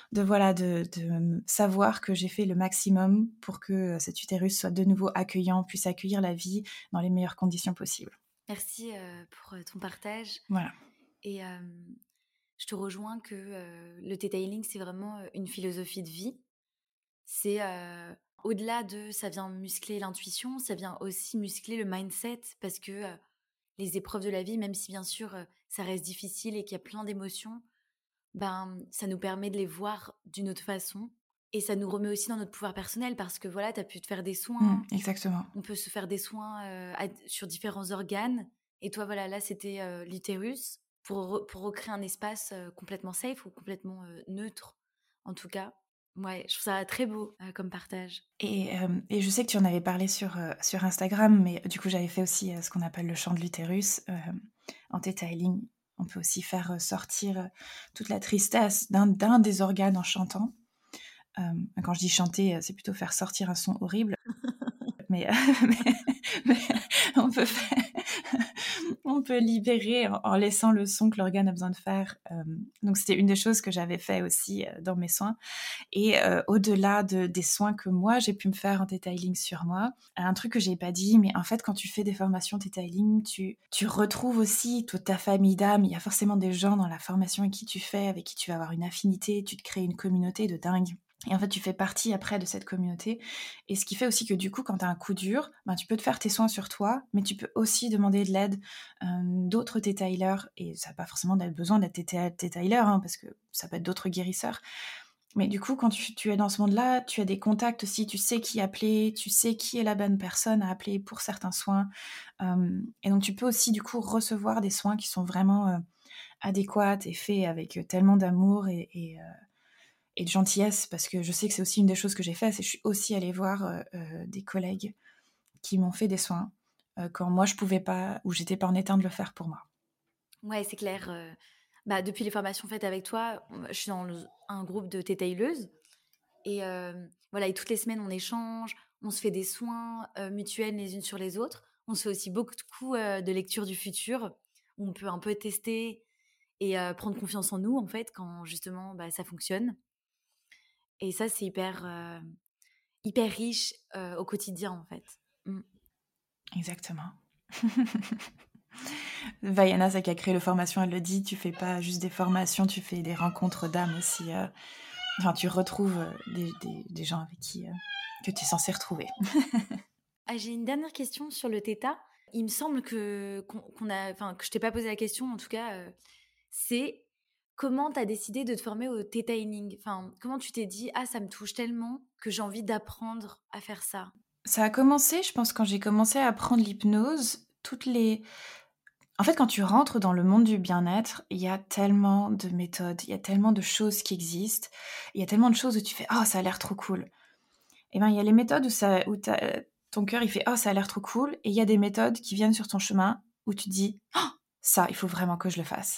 de savoir que j'ai fait le maximum pour que cet utérus soit de nouveau accueillant, puisse accueillir la vie dans les meilleures conditions possibles. Merci pour ton partage. Voilà. Et je te rejoins que le detailing, c'est vraiment une philosophie de vie. C'est au-delà de ça vient muscler l'intuition, ça vient aussi muscler le mindset parce que les épreuves de la vie, même si bien sûr ça reste difficile et qu'il y a plein d'émotions, ben ça nous permet de les voir d'une autre façon et ça nous remet aussi dans notre pouvoir personnel parce que voilà, tu as pu te faire des soins, Exactement. on peut se faire des soins sur différents organes et toi voilà, là c'était l'utérus pour recréer un espace complètement safe ou complètement neutre en tout cas. Ouais, je trouve ça très beau comme partage. Et je sais que tu en avais parlé sur Instagram, mais du coup, j'avais fait aussi ce qu'on appelle le chant de l'utérus. En detailing, on peut aussi faire sortir toute la tristesse d'un des organes en chantant. Quand je dis chanter, c'est plutôt faire sortir un son horrible. Mais, mais on peut faire, on peut libérer en laissant le son que l'organe a besoin de faire. Donc c'était une des choses que j'avais fait aussi dans mes soins. Et au-delà des soins que moi j'ai pu me faire en detailing sur moi, un truc que j'ai pas dit, mais en fait quand tu fais des formations detailing, tu retrouves aussi toute ta famille d'âme. Il y a forcément des gens dans la formation avec qui tu fais, avec qui tu vas avoir une affinité, tu te crées une communauté de dingue. Et en fait, tu fais partie après de cette communauté. Et ce qui fait aussi que du coup, quand tu as un coup dur, ben, tu peux te faire tes soins sur toi, mais tu peux aussi demander de l'aide d'autres détaillers. Et ça n'a pas forcément besoin d'être détailleur, hein, parce que ça peut être d'autres guérisseurs. Mais du coup, quand tu es dans ce monde-là, tu as des contacts aussi, tu sais qui appeler, tu sais qui est la bonne personne à appeler pour certains soins. Et donc, tu peux aussi du coup recevoir des soins qui sont vraiment adéquats et faits avec tellement d'amour et de gentillesse, parce que je sais que c'est aussi une des choses que j'ai fait, c'est que je suis aussi allée voir des collègues qui m'ont fait des soins quand moi je pouvais pas, ou j'étais pas en état de le faire pour moi. Ouais, c'est clair. Depuis les formations faites avec toi, je suis dans un groupe de tétailleuses et voilà, et toutes les semaines on échange, on se fait des soins mutuels les unes sur les autres. On se fait aussi beaucoup de lecture du futur, où on peut un peu tester et prendre confiance en nous, en fait, quand justement ça fonctionne. Et ça, c'est hyper riche au quotidien, en fait. Mm. Exactement. Vaiana, c'est qui a créé le formation, elle le dit, tu fais pas juste des formations, tu fais des rencontres d'âme aussi. Enfin, tu retrouves des gens avec qui que tu es censé retrouver. J'ai une dernière question sur le Theta. Il me semble que je t'ai pas posé la question, en tout cas, c'est comment tu as décidé de te former au Theta Healing. Enfin, comment tu t'es dit, ça me touche tellement que j'ai envie d'apprendre à faire ça. Ça a commencé, je pense, quand j'ai commencé à apprendre l'hypnose. En fait, quand tu rentres dans le monde du bien-être, il y a tellement de méthodes, il y a tellement de choses qui existent, il y a tellement de choses où tu fais « Oh, ça a l'air trop cool ». Et ben, il y a les méthodes où ton cœur, il fait « Oh, ça a l'air trop cool ». Et il y a des méthodes qui viennent sur ton chemin où tu te dis « Oh, ça, il faut vraiment que je le fasse ».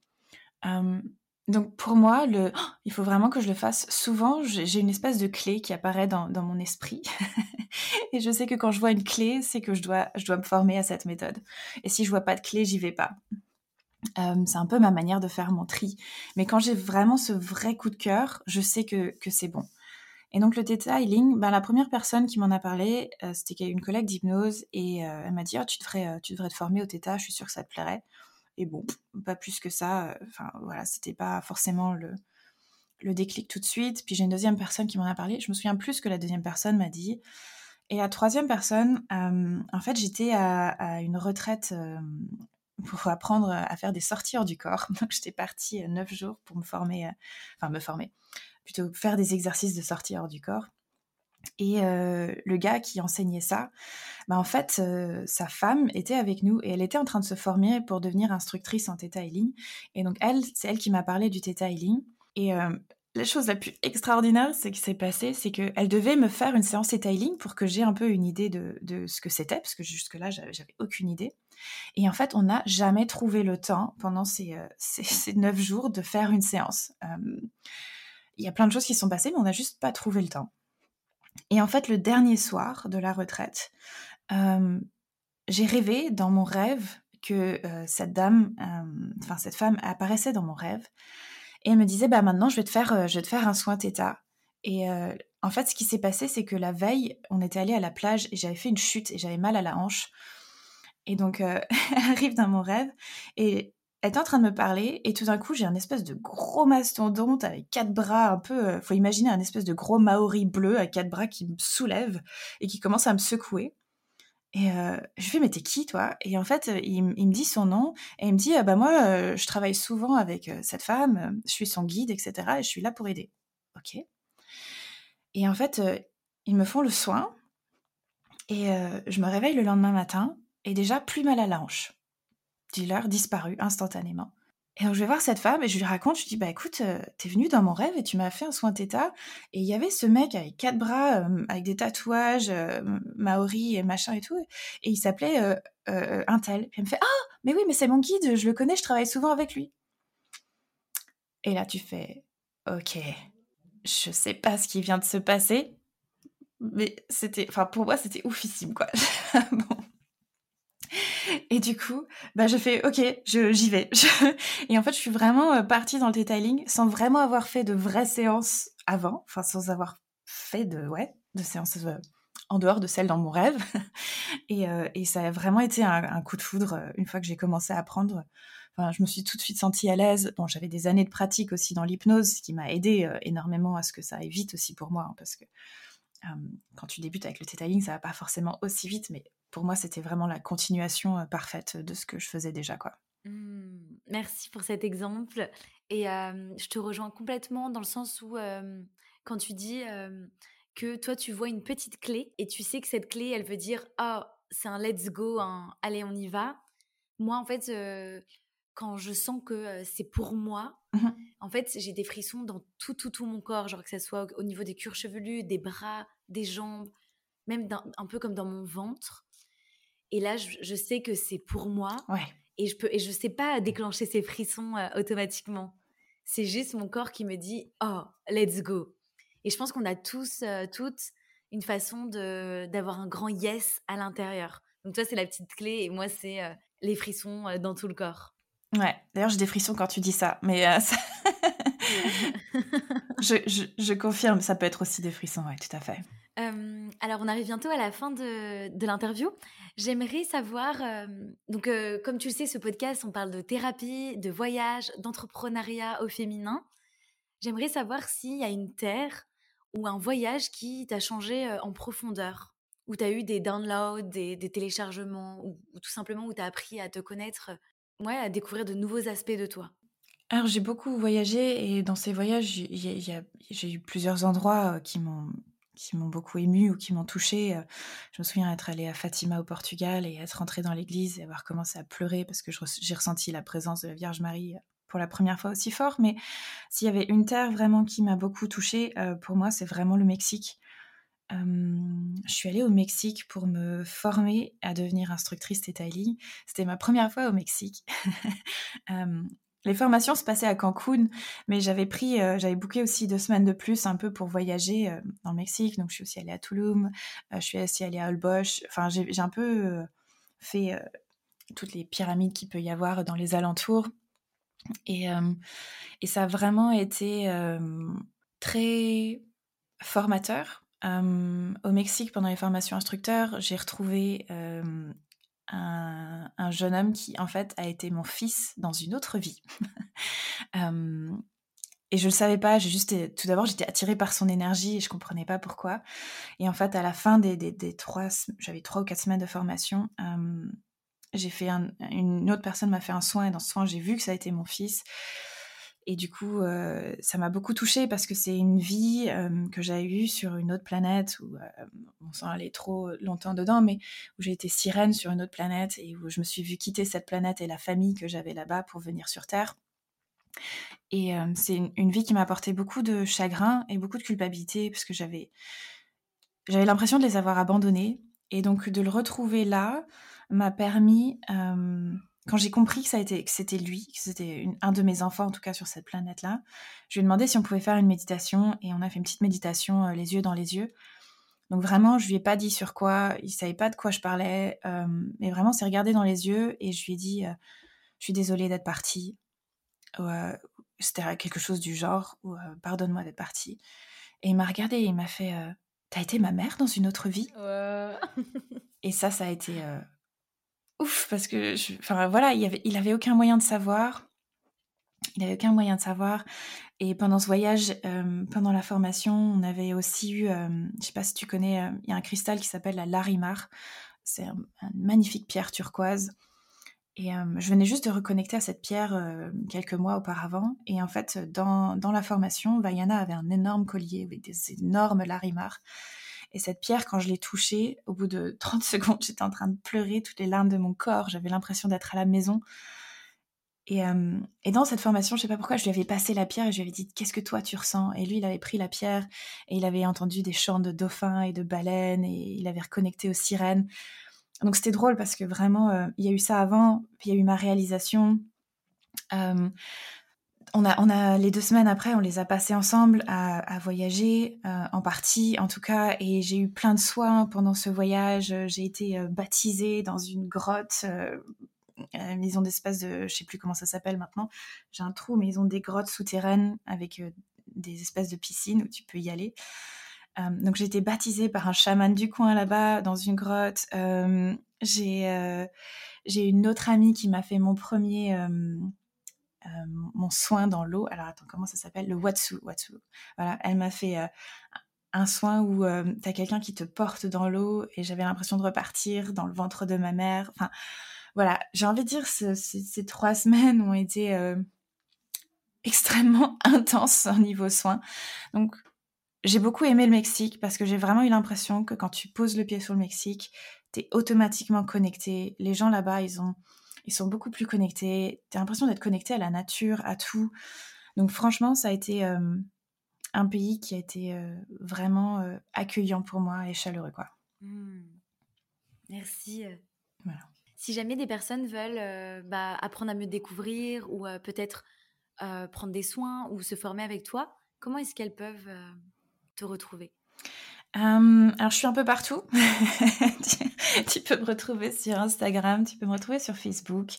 Donc pour moi, il faut vraiment que je le fasse. Souvent, j'ai une espèce de clé qui apparaît dans mon esprit. Et je sais que quand je vois une clé, c'est que je dois me former à cette méthode. Et si je vois pas de clé, j'y vais pas. C'est un peu ma manière de faire mon tri. Mais quand j'ai vraiment ce vrai coup de cœur, je sais que c'est bon. Et donc le Theta Healing, la première personne qui m'en a parlé, c'était une collègue d'hypnose. Et elle m'a dit « tu devrais te former au Theta, je suis sûre que ça te plairait ». Et bon, pas plus que ça. Enfin, voilà, c'était pas forcément le déclic tout de suite. Puis j'ai une deuxième personne qui m'en a parlé. Je me souviens plus ce que la deuxième personne m'a dit. Et la troisième personne, en fait, j'étais à une retraite pour apprendre à faire des sorties hors du corps. Donc j'étais partie 9 jours pour me former, plutôt faire des exercices de sortie hors du corps. Et le gars qui enseignait ça, en fait, sa femme était avec nous et elle était en train de se former pour devenir instructrice en Theta Healing. Et donc c'est elle qui m'a parlé du Theta Healing. Et la chose la plus extraordinaire qui s'est passée, c'est qu'elle devait me faire une séance Theta Healing pour que j'ai un peu une idée de ce que c'était, parce que jusque-là, j'avais aucune idée. Et en fait, on n'a jamais trouvé le temps pendant ces 9 jours de faire une séance. Il y a plein de choses qui sont passées, mais on n'a juste pas trouvé le temps. Et en fait, le dernier soir de la retraite, j'ai rêvé dans mon rêve que cette femme apparaissait dans mon rêve et elle me disait maintenant je vais te faire un soin Theta. Et en fait, ce qui s'est passé, c'est que la veille, on était allé à la plage et j'avais fait une chute et j'avais mal à la hanche. Et donc, elle arrive dans mon rêve et elle était en train de me parler et tout d'un coup, j'ai un espèce de gros mastodonte avec 4 bras un peu... faut imaginer un espèce de gros maori bleu à 4 bras qui me soulève et qui commence à me secouer. Et je lui fais « Mais t'es qui, toi ?» Et en fait, il me dit son nom et il me dit « moi, je travaille souvent avec cette femme, je suis son guide, etc. Et je suis là pour aider. » Ok. Et en fait, ils me font le soin et je me réveille le lendemain matin et déjà plus mal à la hanche. Dealer disparu instantanément. Et donc je vais voir cette femme et je lui raconte, je lui dis écoute, t'es venue dans mon rêve et tu m'as fait un soin Theta et il y avait ce mec avec 4 bras, avec des tatouages, maori et machin et tout, et il s'appelait un tel. Puis elle me fait mais oui, mais c'est mon guide, je le connais, je travaille souvent avec lui. Et là tu fais ok, je sais pas ce qui vient de se passer, mais pour moi c'était oufissime quoi. Bon. Et du coup, je fais ok, j'y vais. Et en fait, je suis vraiment partie dans le detailing sans vraiment avoir fait de vraies séances avant, enfin sans avoir fait de séances en dehors de celles dans mon rêve. Et ça a vraiment été un coup de foudre une fois que j'ai commencé à apprendre. Enfin, je me suis tout de suite sentie à l'aise. Bon, j'avais des années de pratique aussi dans l'hypnose, ce qui m'a aidé énormément à ce que ça aille vite aussi pour moi, parce que quand tu débutes avec le detailing, ça va pas forcément aussi vite, mais pour moi, c'était vraiment la continuation parfaite de ce que je faisais déjà, quoi. Merci pour cet exemple. Et je te rejoins complètement dans le sens où quand tu dis que toi, tu vois une petite clé et tu sais que cette clé, elle veut dire « Ah, c'est un let's go, allez, on y va ». Moi, en fait, quand je sens que c'est pour moi, en fait, j'ai des frissons dans tout mon corps, genre que ce soit au niveau des cuirs chevelus, des bras, des jambes, même un peu comme dans mon ventre. Et là, je sais que c'est pour moi. Ouais. Et je sais pas déclencher ces frissons automatiquement. C'est juste mon corps qui me dit « Oh, let's go ». Et je pense qu'on a tous, toutes, une façon d'avoir un grand yes à l'intérieur. Donc toi, c'est la petite clé et moi, c'est les frissons dans tout le corps. Ouais, d'ailleurs, j'ai des frissons quand tu dis ça, mais je confirme, ça peut être aussi des frissons, ouais, tout à fait. Alors, on arrive bientôt à la fin de l'interview. J'aimerais savoir, donc comme tu le sais, ce podcast, on parle de thérapie, de voyage, d'entrepreneuriat au féminin. J'aimerais savoir s'il y a une terre ou un voyage qui t'a changé en profondeur, où tu as eu des downloads, des téléchargements, ou tout simplement où tu as appris à te connaître, ouais, à découvrir de nouveaux aspects de toi. Alors, j'ai beaucoup voyagé et dans ces voyages, j'ai eu plusieurs endroits qui m'ont beaucoup émue ou qui m'ont touchée. Je me souviens être allée à Fatima au Portugal et être rentrée dans l'église et avoir commencé à pleurer parce que j'ai ressenti la présence de la Vierge Marie pour la première fois aussi fort. Mais s'il y avait une terre vraiment qui m'a beaucoup touchée, pour moi, c'est vraiment le Mexique. Je suis allée au Mexique pour me former à devenir instructrice Theta Healing. C'était ma première fois au Mexique. Les formations se passaient à Cancun, mais j'avais booké aussi 2 semaines de plus un peu pour voyager dans le Mexique. Donc je suis aussi allée à Tulum, je suis aussi allée à Holbox. Enfin, j'ai un peu fait toutes les pyramides qu'il peut y avoir dans les alentours. Et ça a vraiment été très formateur. Au Mexique, pendant les formations instructeurs, j'ai retrouvé un jeune homme qui, en fait, a été mon fils dans une autre vie. Et je le savais pas, tout d'abord, j'étais attirée par son énergie et je comprenais pas pourquoi. Et en fait, à la fin j'avais 3 ou 4 semaines de formation, une autre personne m'a fait un soin et dans ce soin, j'ai vu que ça a été mon fils. Et du coup, ça m'a beaucoup touchée parce que c'est une vie que j'avais eue sur une autre planète où, sans aller trop longtemps dedans, mais où j'ai été sirène sur une autre planète et où je me suis vue quitter cette planète et la famille que j'avais là-bas pour venir sur Terre. Et c'est une vie qui m'a apporté beaucoup de chagrin et beaucoup de culpabilité parce que j'avais l'impression de les avoir abandonnés. Et donc de le retrouver là m'a permis, quand j'ai compris que c'était lui, que c'était un de mes enfants en tout cas sur cette planète-là, je lui ai demandé si on pouvait faire une méditation et on a fait une petite méditation les yeux dans les yeux. Donc vraiment, je lui ai pas dit sur quoi, il savait pas de quoi je parlais, mais vraiment, on s'est regardé dans les yeux et je lui ai dit je suis désolée d'être partie. C'était quelque chose du genre pardonne-moi d'être partie. Et il m'a regardé et il m'a fait t'as été ma mère dans une autre vie. Et ça a été ouf parce que enfin voilà, il avait aucun moyen de savoir. Il avait aucun moyen de savoir. Et pendant ce voyage, pendant la formation, on avait aussi eu, je sais pas si tu connais, il y a un cristal qui s'appelle la Larimar. C'est une magnifique pierre turquoise. Et je venais juste de reconnecter à cette pierre quelques mois auparavant. Et en fait, dans la formation, Vaiana avait un énorme collier avec des énormes larimars. Et cette pierre, quand je l'ai touchée, au bout de 30 secondes, j'étais en train de pleurer toutes les larmes de mon corps. J'avais l'impression d'être à la maison. Et dans cette formation, je sais pas pourquoi, je lui avais passé la pierre et je lui avais dit « Qu'est-ce que toi tu ressens ?» Et lui, il avait pris la pierre et il avait entendu des chants de dauphins et de baleines et il avait reconnecté aux sirènes. Donc c'était drôle parce que vraiment, il y a eu ça avant, puis il y a eu ma réalisation. On a les 2 semaines après, on les a passées ensemble à voyager, en partie en tout cas, et j'ai eu plein de soins pendant ce voyage. J'ai été baptisée dans une grotte, maison d'espèce de, je sais plus comment ça s'appelle maintenant. J'ai un trou, mais ils ont des grottes souterraines avec des espèces de piscines où tu peux y aller. Donc j'ai été baptisée par un chaman du coin là-bas dans une grotte. J'ai une autre amie qui m'a fait mon premier mon soin dans l'eau. Alors attends, comment ça s'appelle? Le Watsu. Voilà, elle m'a fait un soin où t'as quelqu'un qui te porte dans l'eau et j'avais l'impression de repartir dans le ventre de ma mère. Enfin, voilà, j'ai envie de dire ces 3 semaines ont été extrêmement intenses au niveau soins. Donc, j'ai beaucoup aimé le Mexique parce que j'ai vraiment eu l'impression que quand tu poses le pied sur le Mexique, t'es automatiquement connecté. Les gens là-bas, ils sont beaucoup plus connectés. T'as l'impression d'être connecté à la nature, à tout. Donc franchement, ça a été un pays qui a été vraiment accueillant pour moi et chaleureux, quoi. Merci. Voilà. Si jamais des personnes veulent apprendre à mieux te découvrir ou peut-être prendre des soins ou se former avec toi, comment est-ce qu'elles peuvent te retrouver? Alors je suis un peu partout. Tu peux me retrouver sur Instagram, tu peux me retrouver sur Facebook.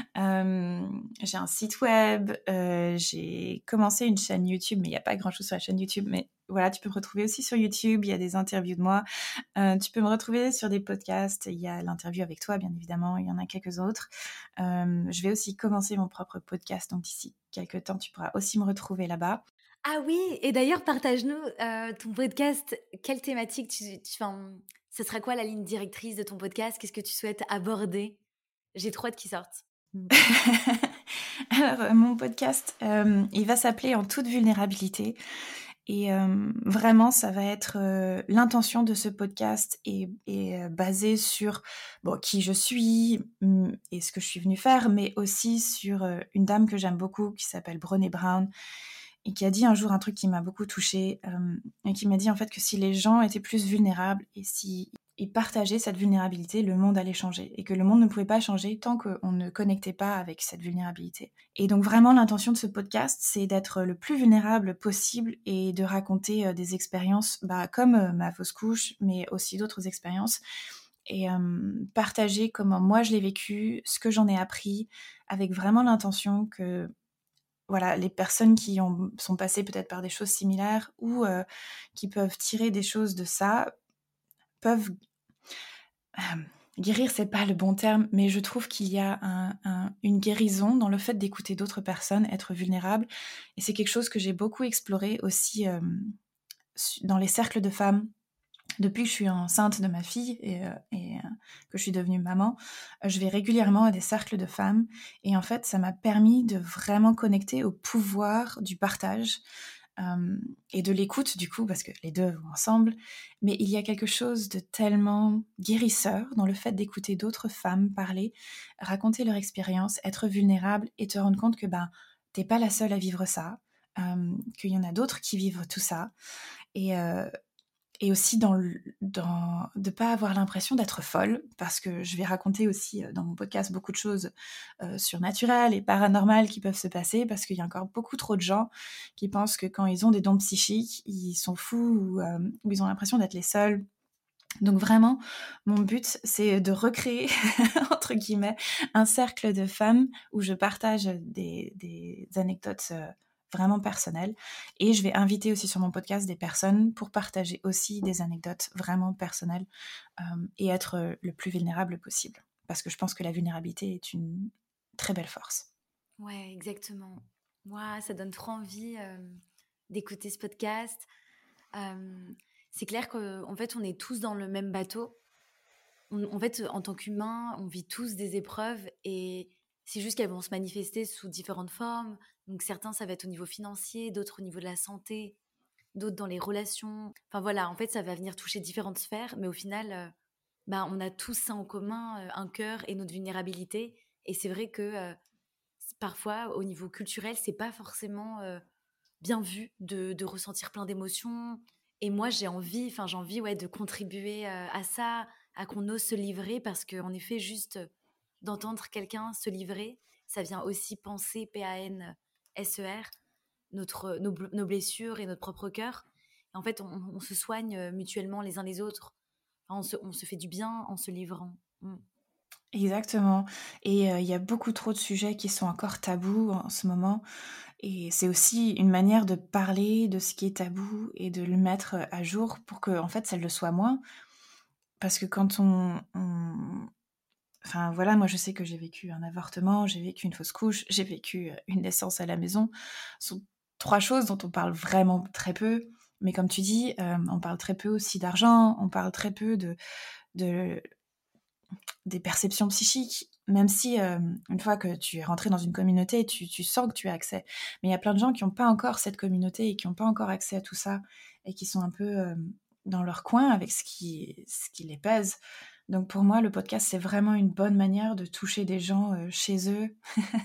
J'ai un site web, j'ai commencé une chaîne YouTube, mais il y a pas grand-chose sur la chaîne YouTube. Mais voilà, tu peux me retrouver aussi sur YouTube, il y a des interviews de moi. Tu peux me retrouver sur des podcasts, il y a l'interview avec toi, bien évidemment, il y en a quelques autres. Je vais aussi commencer mon propre podcast, donc d'ici quelques temps, tu pourras aussi me retrouver là-bas. Ah oui, et d'ailleurs, partage-nous ton podcast. Quelle thématique ce sera quoi la ligne directrice de ton podcast? Qu'est-ce que tu souhaites aborder? J'ai trop hâte qu'il sorte. Alors, mon podcast, il va s'appeler En toute vulnérabilité et vraiment ça va être, l'intention de ce podcast est basée sur, bon, qui je suis, et ce que je suis venue faire, mais aussi sur, une dame que j'aime beaucoup qui s'appelle Brené Brown et qui a dit un jour un truc qui m'a beaucoup touchée, et qui m'a dit en fait que si les gens étaient plus vulnérables et si ils partageaient cette vulnérabilité, le monde allait changer et que le monde ne pouvait pas changer tant qu'on ne connectait pas avec cette vulnérabilité. Et donc vraiment l'intention de ce podcast, c'est d'être le plus vulnérable possible et de raconter des expériences comme ma fausse couche, mais aussi d'autres expériences et partager comment moi je l'ai vécu, ce que j'en ai appris, avec vraiment l'intention que voilà, les personnes qui sont passées peut-être par des choses similaires ou qui peuvent tirer des choses de ça, peuvent guérir, c'est pas le bon terme, mais je trouve qu'il y a une guérison dans le fait d'écouter d'autres personnes, être vulnérable. Et c'est quelque chose que j'ai beaucoup exploré aussi dans les cercles de femmes. Depuis que je suis enceinte de ma fille et que je suis devenue maman, je vais régulièrement à des cercles de femmes. Et en fait, ça m'a permis de vraiment connecter au pouvoir du partage et de l'écoute, du coup, parce que les deux vont ensemble. Mais il y a quelque chose de tellement guérisseur dans le fait d'écouter d'autres femmes parler, raconter leur expérience, être vulnérable et te rendre compte que t'es pas la seule à vivre ça, qu'il y en a d'autres qui vivent tout ça. Et, et aussi de pas avoir l'impression d'être folle, parce que je vais raconter aussi dans mon podcast beaucoup de choses surnaturelles et paranormales qui peuvent se passer, parce qu'il y a encore beaucoup trop de gens qui pensent que quand ils ont des dons psychiques, ils sont fous ou ils ont l'impression d'être les seuls. Donc vraiment, mon but, c'est de recréer, entre guillemets, un cercle de femmes où je partage des anecdotes vraiment personnelles. Et je vais inviter aussi sur mon podcast des personnes pour partager aussi des anecdotes vraiment personnelles et être le plus vulnérable possible. Parce que je pense que la vulnérabilité est une très belle force. Ouais, exactement. Moi, ça donne trop envie d'écouter ce podcast. Euh, c'est clair qu'en fait, on est tous dans le même bateau. En fait, en tant qu'humains, on vit tous des épreuves et c'est juste qu'elles vont se manifester sous différentes formes. Donc certains, ça va être au niveau financier, d'autres au niveau de la santé, d'autres dans les relations. Enfin voilà, en fait, ça va venir toucher différentes sphères, mais au final, on a tous ça en commun, un cœur et notre vulnérabilité. Et c'est vrai que parfois, au niveau culturel, c'est pas forcément bien vu de ressentir plein d'émotions. Et moi, j'ai envie ouais, de contribuer à ça, à qu'on ose se livrer, parce qu'en effet, juste d'entendre quelqu'un se livrer, ça vient aussi penser, PANSER, nos blessures et notre propre cœur. Et en fait, on se soigne mutuellement les uns les autres. Enfin, on se fait du bien en se livrant. Mm. Exactement. Et il y a beaucoup trop de sujets qui sont encore tabous en ce moment. Et c'est aussi une manière de parler de ce qui est tabou et de le mettre à jour pour que, en fait, ça le soit moins. Parce que quand enfin voilà, moi je sais que j'ai vécu un avortement, j'ai vécu une fausse couche, j'ai vécu une naissance à la maison. Ce sont trois choses dont on parle vraiment très peu. Mais comme tu dis, on parle très peu aussi d'argent, on parle très peu de des perceptions psychiques, même si une fois que tu es rentré dans une communauté, tu sens que tu as accès. Mais il y a plein de gens qui n'ont pas encore cette communauté et qui n'ont pas encore accès à tout ça et qui sont un peu dans leur coin avec ce qui les pèse. Donc pour moi, le podcast, c'est vraiment une bonne manière de toucher des gens chez eux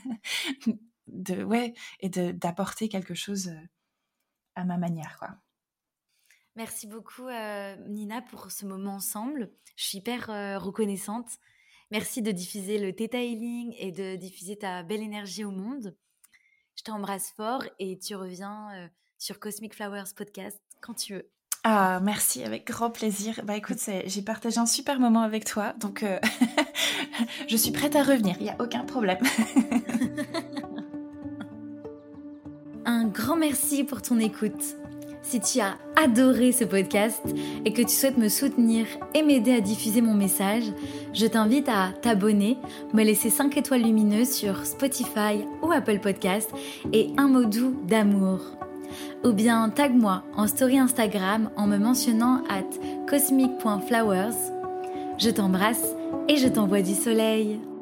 et d'apporter quelque chose à ma manière, quoi. Merci beaucoup, Nina, pour ce moment ensemble. Je suis hyper reconnaissante. Merci de diffuser le Theta Healing et de diffuser ta belle énergie au monde. Je t'embrasse fort et tu reviens sur Cosmic Flowers Podcast quand tu veux. Ah, merci, avec grand plaisir. Bah écoute, j'ai partagé un super moment avec toi, donc je suis prête à revenir, il n'y a aucun problème. Un grand merci pour ton écoute. Si tu as adoré ce podcast et que tu souhaites me soutenir et m'aider à diffuser mon message, je t'invite à t'abonner, me laisser 5 étoiles lumineuses sur Spotify ou Apple Podcast et un mot doux d'amour. Ou bien tag-moi en story Instagram en me mentionnant @cosmic.flowers. Je t'embrasse et je t'envoie du soleil.